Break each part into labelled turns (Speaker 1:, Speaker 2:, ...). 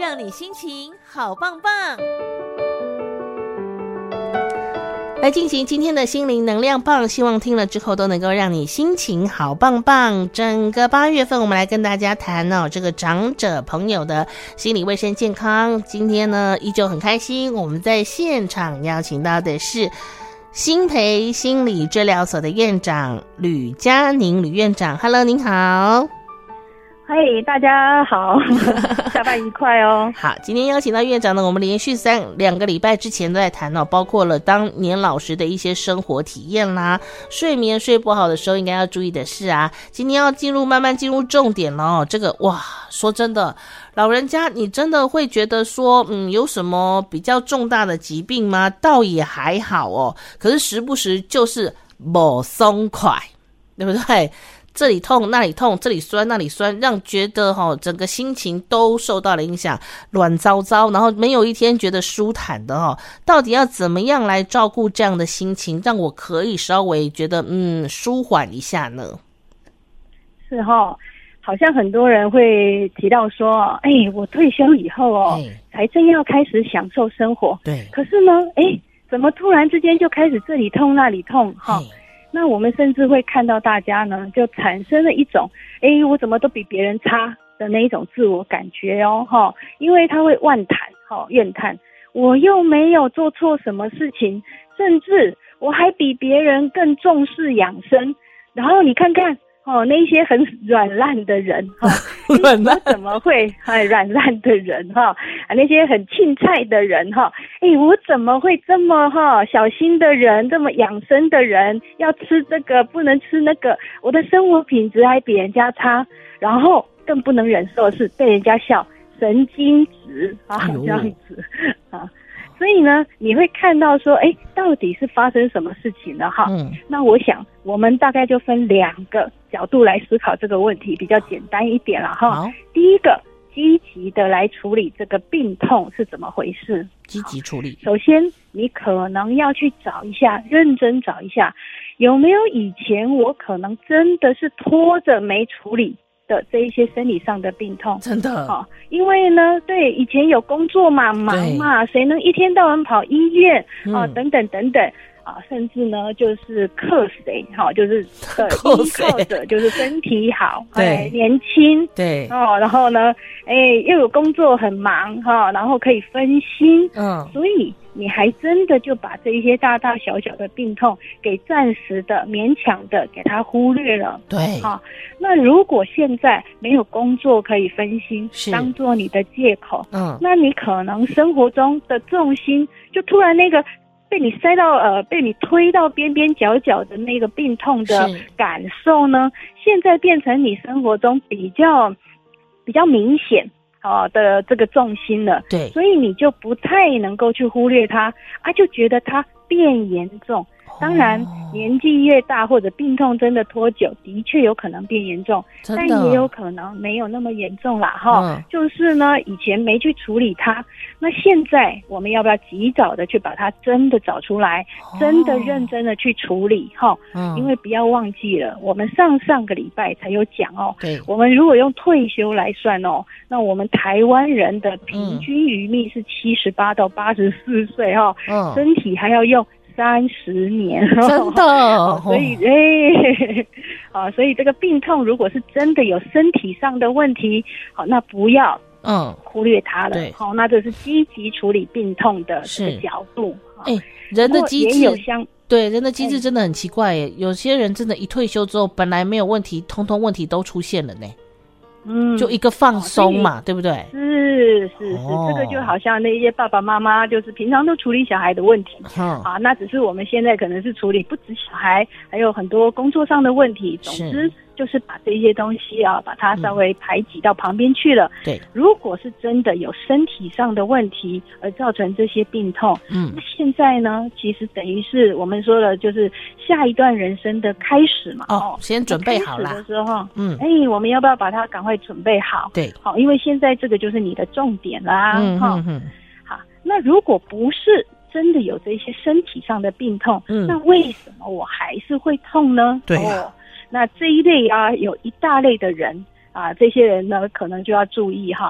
Speaker 1: 让你心情好棒棒。来进行今天的心灵能量棒，希望听了之后都能够让你心情好棒棒。整个8月份我们来跟大家谈这个长者朋友的心理卫生健康。今天呢依旧很开心，我们在现场邀请到的是新培心理治疗所的院长吕嘉宁吕院长。 Hello， 您好。
Speaker 2: 嗨，大家好，下班愉快哦。
Speaker 1: 好，今天邀请到院长呢，我们连续2个礼拜之前都在谈包括了当年老时的一些生活体验啦，睡眠睡不好的时候应该要注意的事啊。今天要慢慢进入重点了这个哇，说真的，老人家你真的会觉得说有什么比较重大的疾病吗？倒也还好可是时不时就是不松快，对不对？这里痛那里痛，这里酸那里酸，让觉得整个心情都受到了影响，乱糟糟，然后没有一天觉得舒坦的到底要怎么样来照顾这样的心情，让我可以稍微觉得舒缓一下呢？
Speaker 2: 是好像很多人会提到说我退休以后才正要开始享受生活，
Speaker 1: 对，
Speaker 2: 可是呢怎么突然之间就开始这里痛那里痛那我们甚至会看到大家呢就产生了一种我怎么都比别人差的那一种自我感觉因为他会妄谈怨叹，我又没有做错什么事情，甚至我还比别人更重视养生。然后你看看那些很软烂的人
Speaker 1: 软烂
Speaker 2: 我怎么会软烂的人那些很青菜的人我怎么会这么小心的人，这么养生的人，要吃这个不能吃那个，我的生活品质还比人家差，然后更不能忍受的是被人家笑神经质这样子所以呢你会看到说到底是发生什么事情了那我想我们大概就分2个角度来思考这个问题，比较简单一点了第一个，积极的来处理这个病痛是怎么回事。
Speaker 1: 积极处理，
Speaker 2: 首先你可能要去找一下，认真找一下有没有以前我可能真的是拖着没处理的这一些生理上的病痛。
Speaker 1: 真的
Speaker 2: 因为呢对以前有工作嘛，忙嘛，谁能一天到晚跑医院等等等等甚至呢就是克谁就是依靠着就是身体好
Speaker 1: 对
Speaker 2: 年轻
Speaker 1: 对
Speaker 2: 然后呢又有工作很忙然后可以分心所以你还真的就把这一些大大小小的病痛给暂时的勉强的给它忽略了。
Speaker 1: 对
Speaker 2: 那如果现在没有工作可以分心当做你的借口那你可能生活中的重心就突然那个被你塞到被你推到边边角角的那个病痛的感受呢，现在变成你生活中比较明显的这个重心了。
Speaker 1: 对，
Speaker 2: 所以你就不太能够去忽略它就觉得它变严重。当然年纪越大或者病痛真的拖久的确有可能变严重，但也有可能没有那么严重啦就是呢以前没去处理它，那现在我们要不要及早的去把它真的找出来真的认真的去处理因为不要忘记了我们上个礼拜才有讲
Speaker 1: 对，
Speaker 2: 我们如果用退休来算那我们台湾人的平均余命是78到84岁身体还要用30年
Speaker 1: 真的
Speaker 2: 所以所以这个病痛如果是真的有身体上的问题那不要忽略它了那这是积极处理病痛的这个角度
Speaker 1: 人的机制
Speaker 2: 也有
Speaker 1: 对人的机制真的很奇怪耶有些人真的一退休之后本来没有问题通通问题都出现了呢就一个放松嘛对不对？
Speaker 2: 是这个就好像那些爸爸妈妈就是平常都处理小孩的问题那只是我们现在可能是处理不止小孩还有很多工作上的问题，总之就是把这些东西把它稍微排挤到旁边去了
Speaker 1: 对，
Speaker 2: 如果是真的有身体上的问题而造成这些病痛那现在呢其实等于是我们说了就是下一段人生的开始嘛
Speaker 1: 先准备好啦
Speaker 2: 开始的时候我们要不要把它赶快准备好
Speaker 1: 对
Speaker 2: 因为现在这个就是你的重点啦好，那如果不是真的有这些身体上的病痛那为什么我还是会痛呢？
Speaker 1: 对
Speaker 2: 那这一类有一大类的人这些人呢可能就要注意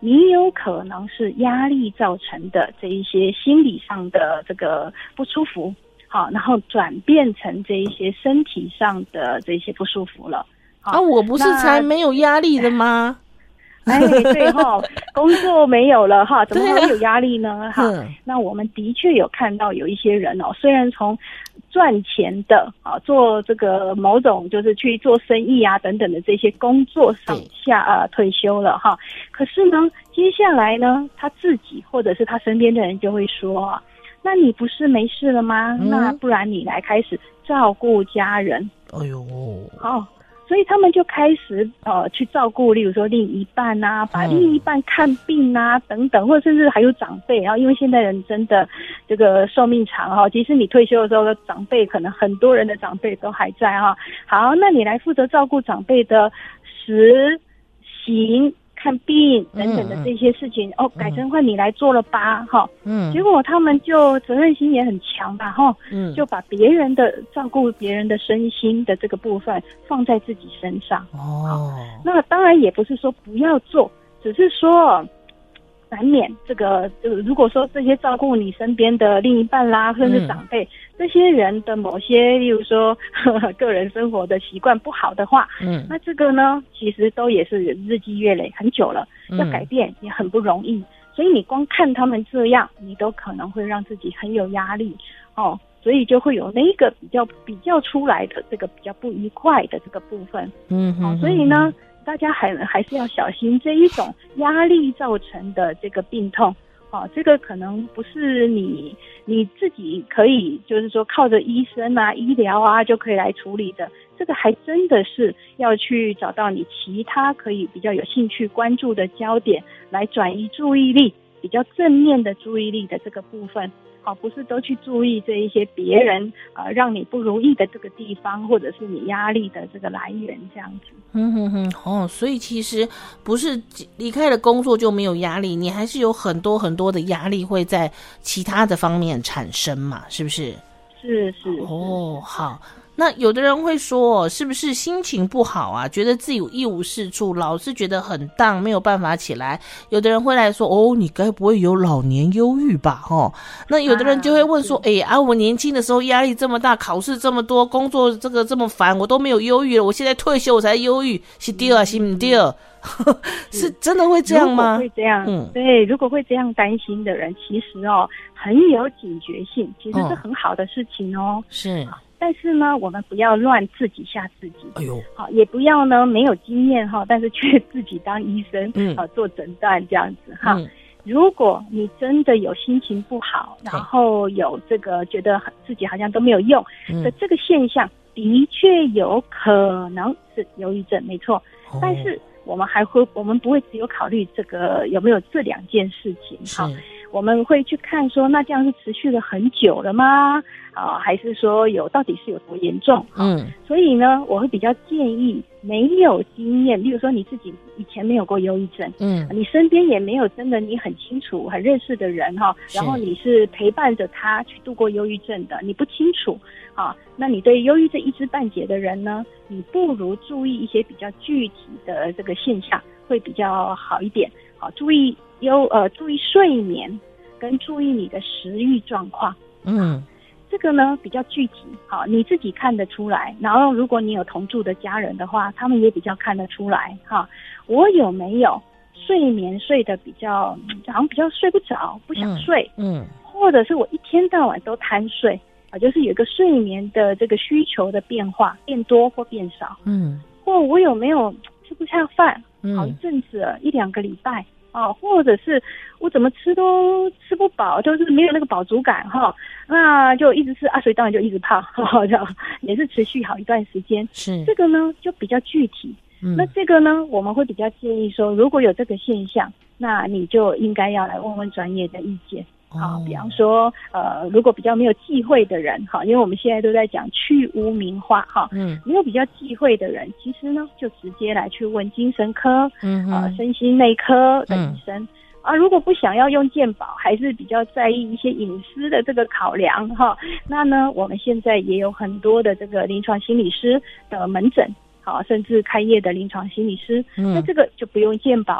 Speaker 2: 你有可能是压力造成的这一些心理上的这个不舒服，好，然后转变成这一些身体上的这些不舒服了。
Speaker 1: 啊，我不是才没有压力的吗？
Speaker 2: 哎，对哈，工作没有了哈，怎么会有压力呢？哈，那我们的确有看到有一些人哦，虽然从赚钱的啊，做这个某种就是去做生意啊等等的这些工作上下退休了哈，可是呢，接下来呢，他自己或者是他身边的人就会说，那你不是没事了吗？那不然你来开始照顾家人。哎呦，好。所以他们就开始去照顾，例如说另一半啊，把另一半看病啊等等，或者甚至还有长辈啊，因为现代人真的这个寿命长哈，即使你退休的时候，长辈可能很多人的长辈都还在哈。好，那你来负责照顾长辈的食行看病等等的这些事情改成换你来做了吧哈。结果他们就责任心也很强吧哈，就把别人的照顾别人的身心的这个部分放在自己身上。那当然也不是说不要做，只是说难免这个如果说这些照顾你身边的另一半啦，甚至长辈，这些人的某些例如说个人生活的习惯不好的话，那这个呢其实都也是日积月累很久了，要改变也很不容易，所以你光看他们这样，你都可能会让自己很有压力所以就会有那个比较出来的这个比较不愉快的这个部分。所以呢大家还是要小心这一种压力造成的这个病痛。这个可能不是你自己可以就是说靠着医生啊医疗啊就可以来处理的，这个还真的是要去找到你其他可以比较有兴趣关注的焦点，来转移注意力，比较正面的注意力的这个部分。不是都去注意这一些别人让你不如意的这个地方，或者是你压力的这个来源这样子。
Speaker 1: 所以其实不是离开了工作就没有压力，你还是有很多很多的压力会在其他的方面产生嘛，是不是？
Speaker 2: 是。
Speaker 1: 好。那有的人会说，是不是心情不好啊，觉得自己一无是处，老是觉得很荡，没有办法起来。有的人会来说，你该不会有老年忧郁吧？那有的人就会问说，我年轻的时候压力这么大，考试这么多，工作这么烦，我都没有忧郁了，我现在退休我才忧郁，是对啊，是不对？是真的会这样吗？
Speaker 2: 如果会这样，对，如果会这样担心的人，其实很有警觉性，其实是很好的事情
Speaker 1: 是。
Speaker 2: 但是呢，我们不要乱自己吓自己。也不要呢没有经验但是却自己当医生做诊断这样子如果你真的有心情不好，然后有这个觉得自己好像都没有用的这个现象，的确有可能是忧郁症，没错。但是我们不会只有考虑这个有没有这两件事情我们会去看说，那这样是持续了很久了吗？还是说到底是有多严重？所以呢，我会比较建议没有经验，例如说你自己以前没有过忧郁症，你身边也没有真的你很清楚、很认识的人然后你是陪伴着他去度过忧郁症的，你不清楚那你对忧郁症一知半解的人呢，你不如注意一些比较具体的这个现象，会比较好一点。注意睡眠，跟注意你的食欲状况。这个呢比较具体，你自己看得出来。然后如果你有同住的家人的话，他们也比较看得出来。我有没有睡眠睡得比较好像比较睡不着，不想睡。或者是我一天到晚都贪睡就是有一个睡眠的这个需求的变化，变多或变少。或我有没有吃不下饭，好一阵子了1-2个礼拜或者是我怎么吃都吃不饱，就是没有那个饱足感那就一直吃所以当然就一直胖也是持续好一段时间。是这个呢就比较具体。那这个呢我们会比较建议说，如果有这个现象，那你就应该要来问问专业的意见。比方说如果比较没有忌讳的人因为我们现在都在讲去污名化没有比较忌讳的人，其实呢就直接来去问精神科身心内科的医生如果不想要用健保，还是比较在意一些隐私的这个考量那呢我们现在也有很多的这个临床心理师的门诊甚至开业的临床心理师那这个就不用健保了，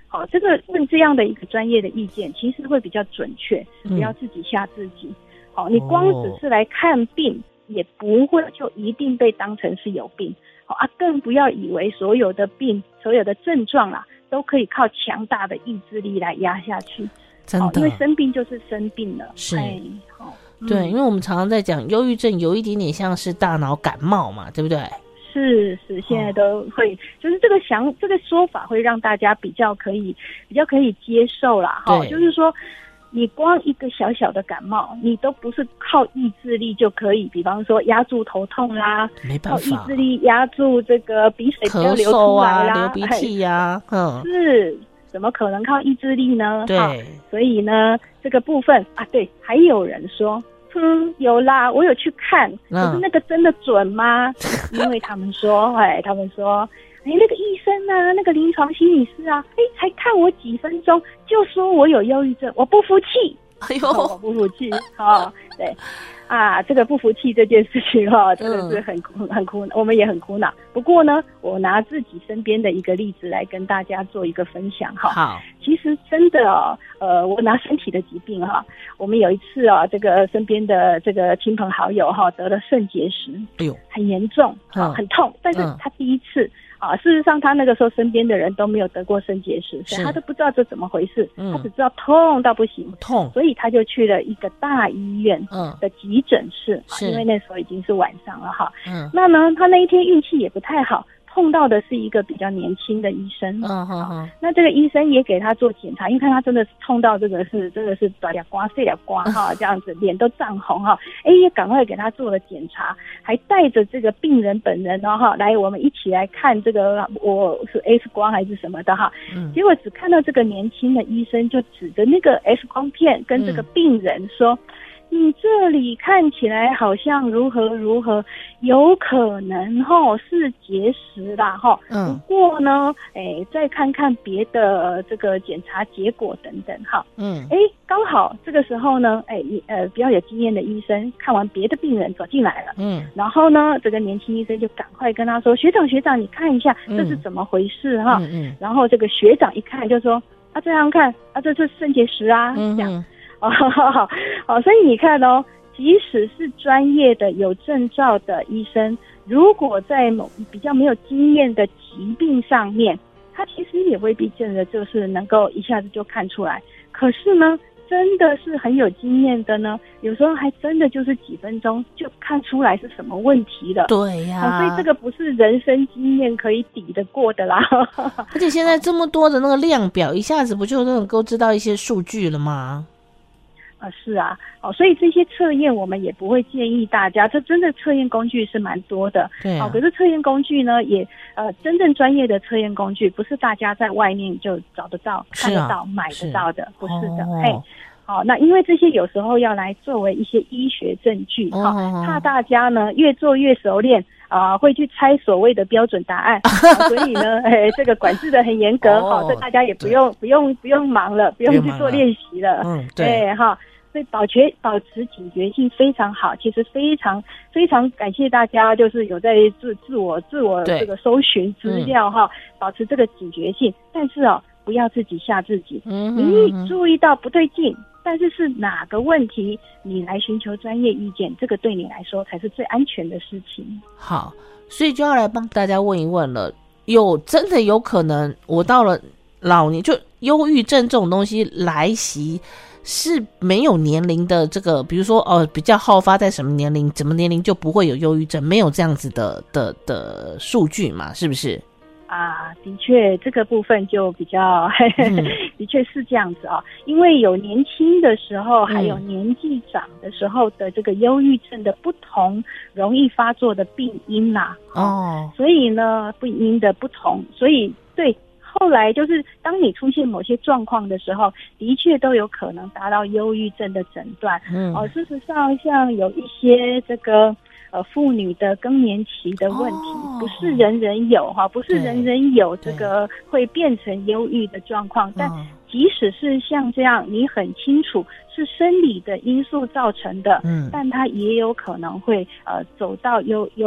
Speaker 2: 好，这个问这样的一个专业的意见，其实会比较准确，不要自己吓自己。好，你光只是来看病，也不会就一定被当成是有病。好啊，更不要以为所有的病、所有的症状啦，都可以靠强大的意志力来压下去。
Speaker 1: 真的，
Speaker 2: 因为生病就是生病了。
Speaker 1: 是，
Speaker 2: 好，
Speaker 1: 对，因为我们常常在讲忧郁症，有一点点像是大脑感冒嘛，对不对？是，现在都会，就是这个说法会让大家比较可以接受啦。哈，就是说，你光一个小小的感冒，你都不是靠意志力就可以，比方说压住头痛啦， 没办法，
Speaker 2: 靠意志力压住这个鼻水不要流出来啦，
Speaker 1: 流鼻涕呀，
Speaker 2: 是。怎么可能靠意志力呢？
Speaker 1: 对，
Speaker 2: 所以呢，这个部分啊，对，还有人说，有啦，我有去看，可是那个真的准吗？因为他们说，那个医生啊，那个临床心理师啊，才看我几分钟就说我有忧郁症，我不服气。
Speaker 1: 哎呦，
Speaker 2: 我不服气对啊，这个不服气这件事情真的是很苦，我们也很苦恼。不过呢，我拿自己身边的一个例子来跟大家做一个分享哈。
Speaker 1: 好，
Speaker 2: 其实真的我拿身体的疾病我们有一次这个身边的这个亲朋好友得了肾结石，
Speaker 1: 哎呦，
Speaker 2: 很严重很痛，但是他第一次。事实上他那个时候身边的人都没有得过肾结石，所以他都不知道这怎么回事，他只知道痛到不行，所以他就去了一个大医院的急诊室，因为那时候已经是晚上了那呢他那一天运气也不太好，碰到的是一个比较年轻的医生，那这个医生也给他做检查，因为看他真的是痛到这个是真的是大俩瓜碎俩瓜这样子，脸都涨红也赶快给他做了检查，还带着这个病人本人来我们一起来看这个我是 X 光还是什么的结果只看到这个年轻的医生就指着那个 X 光片跟这个病人说，你这里看起来好像如何如何，有可能是结石啦不过呢再看看别的这个检查结果等等刚好这个时候呢比较有经验的医生看完别的病人走进来了然后呢这个年轻医生就赶快跟他说，学长你看一下这是怎么回事然后这个学长一看就说这样看这是肾结石这样所以你看即使是专业的有证照的医生，如果在某比较没有经验的疾病上面，他其实也未必真的就是能够一下子就看出来。可是呢，真的是很有经验的呢，有时候还真的就是几分钟就看出来是什么问题了。
Speaker 1: 对呀，
Speaker 2: 所以这个不是人生经验可以抵得过的啦。
Speaker 1: 而且现在这么多的那个量表，一下子不就能够知道一些数据了吗？
Speaker 2: 是啊，所以这些测验我们也不会建议大家，这真的测验工具是蛮多的。
Speaker 1: 对
Speaker 2: 可是测验工具呢，也真正专业的测验工具不是大家在外面就找得到、看得到、买得到的，不是的。那因为这些有时候要来作为一些医学证据怕大家呢越做越熟练会去猜所谓的标准答案所以呢这个管制的很严格这大家也不用忙了，不用去做练习了。对所以保持警觉性非常好，其实非常非常感谢大家，就是有在自我这个搜寻资料保持这个警觉性，但是不要自己吓自己。你注意到不对劲，但是是哪个问题，你来寻求专业意见，这个对你来说才是最安全的事情。
Speaker 1: 好，所以就要来帮大家问一问了，真的有可能我到了老年就忧郁症这种东西来袭是没有年龄的，这个比如说比较好发在什么年龄，什么年龄就不会有忧郁症，没有这样子的数据嘛，是不是？
Speaker 2: 的确这个部分就比较的确是这样子因为有年轻的时候还有年纪长的时候的这个忧郁症的不同容易发作的病因所以呢病因的不同，所以对后来就是当你出现某些状况的时候，的确都有可能达到忧郁症的诊断。事实上像有一些这个妇女的更年期的问题不是人人有不是人人有这个会变成忧郁的状况，但即使是像这样你很清楚是生理的因素造成的但它也有可能会走到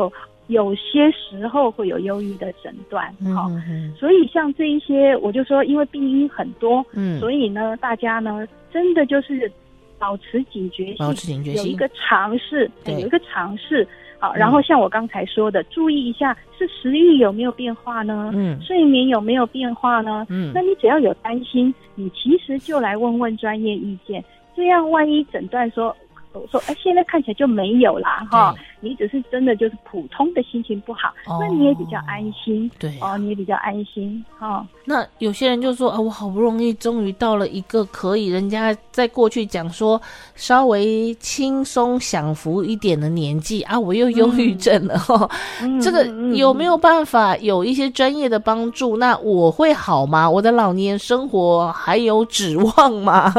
Speaker 2: 有些时候会有忧郁的诊断。所以像这一些，我就说因为病因很多，所以呢大家呢真的就是保持警觉性，有一个尝试，有一个尝试。好，然后像我刚才说的，注意一下是食欲有没有变化呢？睡眠有没有变化呢？那你只要有担心，你其实就来问问专业意见，这样万一诊断说现在看起来就没有啦哈，你只是真的就是普通的心情不好，那你也比较安心，对你也比较安心哈。
Speaker 1: 那有些人就说我好不容易终于到了一个可以人家在过去讲说稍微轻松享福一点的年纪啊，我又忧郁症了这个有没有办法有一些专业的帮助？那我会好吗？我的老年生活还有指望吗？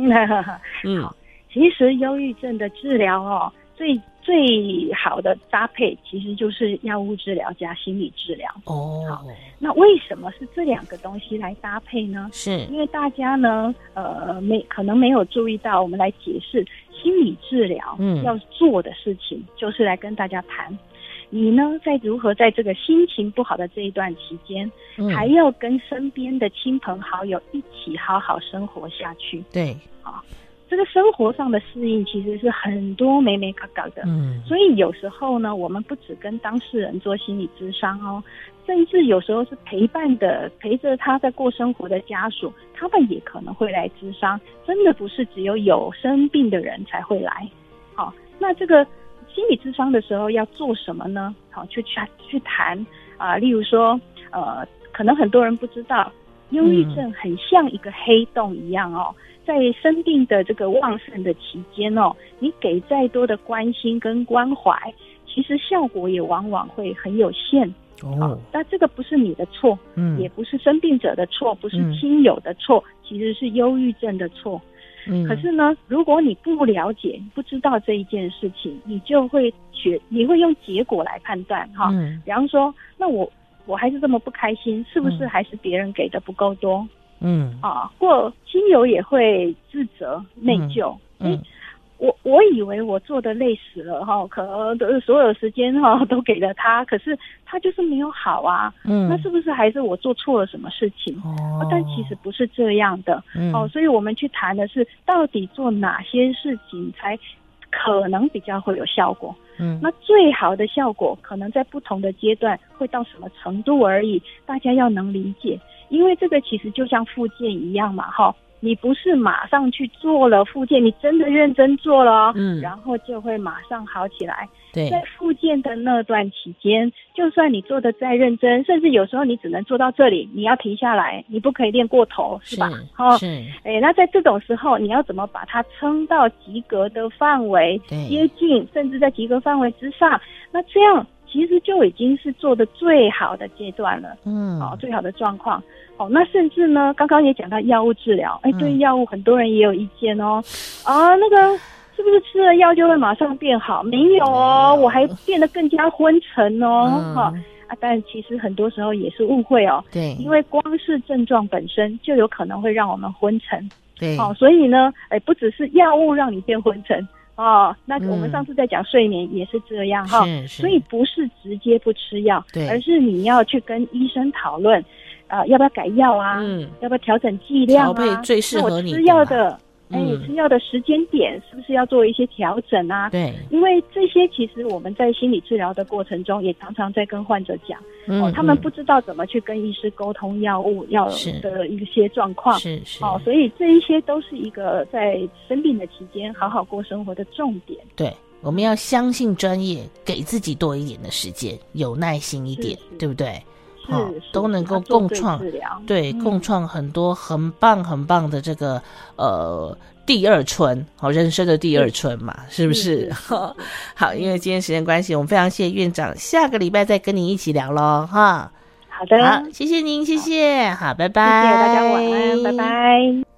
Speaker 2: 其实忧郁症的治疗最好的搭配其实就是药物治疗加心理治疗。好，那为什么是这两个东西来搭配呢？是因为大家呢可能没有注意到，我们来解释心理治疗要做的事情，就是来跟大家谈你呢在如何在这个心情不好的这一段期间，还要跟身边的亲朋好友一起好好生活下去。对，好，这个生活上的适应其实是很多眉眉角角的，所以有时候呢，我们不只跟当事人做心理咨商甚至有时候是陪着他在过生活的家属，他们也可能会来咨商，真的不是只有生病的人才会来。好，那这个心理咨商的时候要做什么呢？好，去谈例如说可能很多人不知道，忧郁症很像一个黑洞一样在生病的这个旺盛的期间你给再多的关心跟关怀，其实效果也往往会很有限。但这个不是你的错，也不是生病者的错，不是亲友的错，其实是忧郁症的错。可是呢，如果你不了解、不知道这一件事情，你会用结果来判断比方说，那我还是这么不开心，是不是还是别人给的不够多？或亲友也会自责、内疚。我以为我做的累死了可能所有时间都给了他，可是他就是没有好啊。那是不是还是我做错了什么事情？但其实不是这样的。所以我们去谈的是到底做哪些事情才可能比较会有效果。那最好的效果可能在不同的阶段会到什么程度而已，大家要能理解。因为这个其实就像复健一样嘛你不是马上去做了复健，你真的认真做了然后就会马上好起来。对，在复健的那段期间，就算你做的再认真，甚至有时候你只能做到这里，你要停下来，你不可以练过头，是吧？那在这种时候，你要怎么把它撑到及格的范围，接近甚至在及格范围之上？那这样其实就已经是做的最好的阶段了。最好的状况。那甚至呢，刚刚也讲到药物治疗，对药物很多人也有意见那个是不是吃了药就会马上变好？没有我还变得更加昏沉但其实很多时候也是误会对，因为光是症状本身就有可能会让我们昏沉。对，所以呢，不只是药物让你变昏沉那我们上次在讲睡眠也是这样所以不是直接不吃药，而是你要去跟医生讨论要不要改药要不要调整剂量
Speaker 1: 调配最适合你的
Speaker 2: 吃药的吃药的时间点是不是要做一些调整对，因为这些其实我们在心理治疗的过程中也常常在跟患者讲他们不知道怎么去跟医师沟通药物的一些状况所以这一些都是一个在生病的期间好好过生活的重点。
Speaker 1: 对，我们要相信专业，给自己多一点的时间，有耐心一点，对不对？都能够共创共创很多很棒很棒的这个第二春人生的第二春嘛，是不是？好，因为今天时间关系，我们非常谢谢院长，下个礼拜再跟您一起聊咯
Speaker 2: 好的，
Speaker 1: 好，谢谢您，谢谢，好，拜拜，
Speaker 2: 谢谢大家，晚安，拜拜。